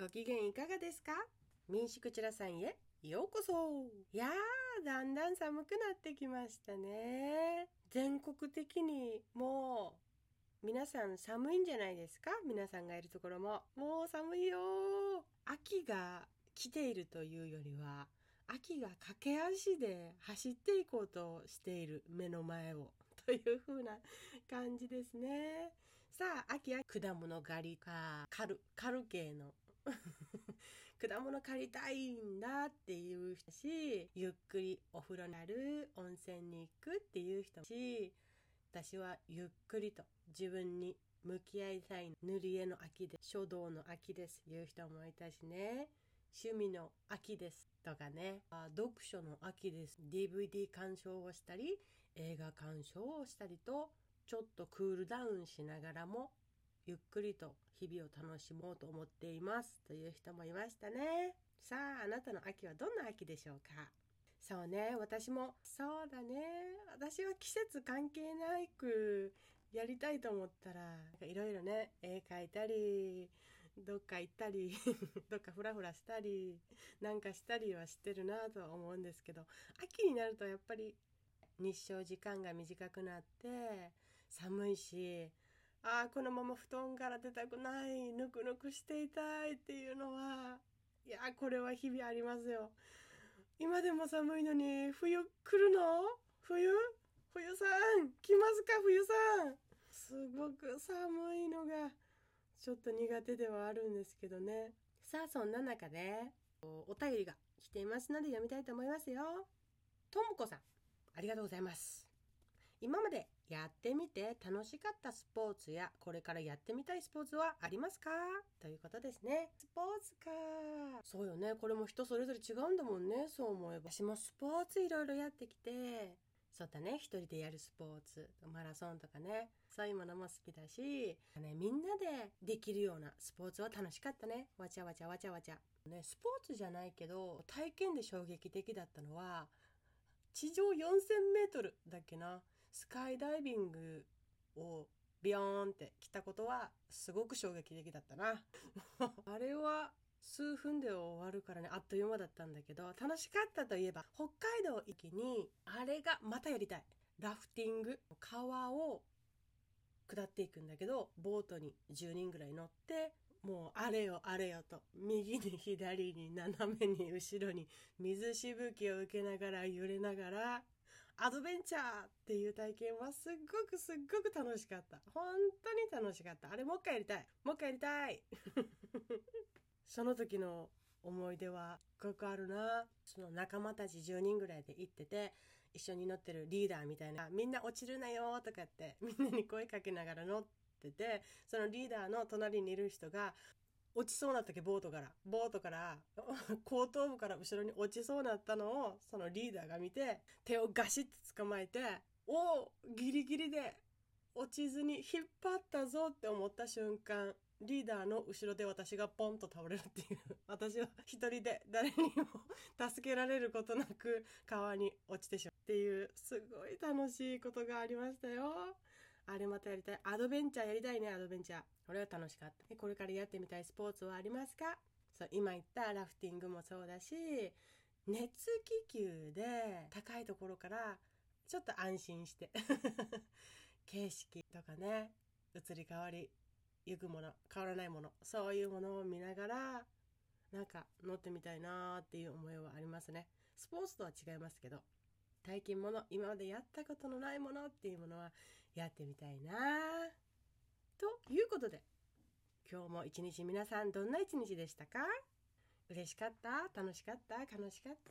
ご機嫌いかがですか？民宿ちらさんへようこそ。いやー、だんだん寒くなってきましたね。全国的にもう皆さん寒いんじゃないですか？皆さんがいるところももう寒いよ。秋が来ているというよりは、秋が駆け足で走っていこうとしている、目の前をという風な感じですね。さあ、秋は果物狩りか、狩る系の果物狩りたいんだっていう人し、ゆっくりお風呂になる、温泉に行くっていう人し、私はゆっくりと自分に向き合いたい、塗り絵の秋で書道の秋ですいう人もいたしね、趣味の秋ですとかね、読書の秋です、 DVD 鑑賞をしたり映画鑑賞をしたりと、ちょっとクールダウンしながらもゆっくりと日々を楽しもうと思っていますという人もいましたね。さあ、あなたの秋はどんな秋でしょうか？そうね、私もそうだね。私は季節関係なくやりたいと思ったらいろいろね、絵描いたりどっか行ったりどっかフラフラしたりなんかしたりはしてるなとは思うんですけど、秋になるとやっぱり日照時間が短くなって寒いし、このまま布団から出たくない、ぬくぬくしていたいっていうのは、いやこれは日々ありますよ。今でも寒いのに冬来るの？冬さん来ますか？冬さん、すごく寒いのがちょっと苦手ではあるんですけどね。さあ、そんな中でお便りが来ていますので読みたいと思いますよ。ともこさん、ありがとうございます。今までやってみて楽しかったスポーツやこれからやってみたいスポーツはありますか？ということですね。スポーツか。そうよね、これも人それぞれ違うんだもんね。そう思えば私もスポーツいろいろやってきて、そうだね、一人でやるスポーツ、マラソンとかね、そういうものも好きだし、みんなでできるようなスポーツは楽しかったね。わちゃわちゃわちゃわちゃね。スポーツじゃないけど体験で衝撃的だったのは、地上4000メートルだっけな、スカイダイビングをビヨーンって来たことはすごく衝撃的だったなあれは数分で終わるからね、あっという間だったんだけど、楽しかったといえば北海道行きにあれがまたやりたい。ラフティング、川を下っていくんだけど、ボートに10人ぐらい乗って、もうあれよあれよと右に左に斜めに後ろに水しぶきを受けながら揺れながらアドベンチャーっていう体験はすっごく楽しかった。本当に楽しかった。あれもう一回やりたい、もう一回やりたいその時の思い出はすごくあるな。その仲間たち10人ぐらいで行ってて、一緒に乗ってるリーダーみたいな、みんな落ちるなよとかってみんなに声かけながら乗ってて、そのリーダーの隣にいる人が落ちそうな時、ボートから後頭部から後ろに落ちそうなったのをそのリーダーが見て、手をガシッと捕まえて、ギリギリで落ちずに引っ張ったぞって思った瞬間、リーダーの後ろで私がポンと倒れるっていう、私は一人で誰にも助けられることなく川に落ちてしまうっていう、すごい楽しいことがありましたよ。あれまたやりたい。アドベンチャーやりたいね。アドベンチャー、これは楽しかった。これからやってみたいスポーツはありますか？そう、今言ったラフティングもそうだし、熱気球で高いところからちょっと安心して景色とかね、移り変わりゆくもの、変わらないもの、そういうものを見ながらなんか乗ってみたいなっていう思いはありますね。スポーツとは違いますけど、体験もの、今までやったことのないものっていうものはやってみたいなということで、今日も一日皆さんどんな一日でしたか？嬉しかった？楽しかった？悲しかった？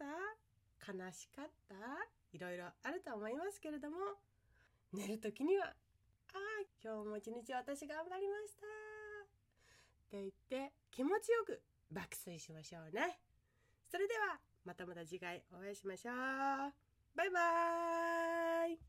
悲しかった？いろいろあると思いますけれども、寝る時には今日も一日私頑張りましたって言って気持ちよく爆睡しましょうね。それではまた次回お会いしましょう。バイバーイ。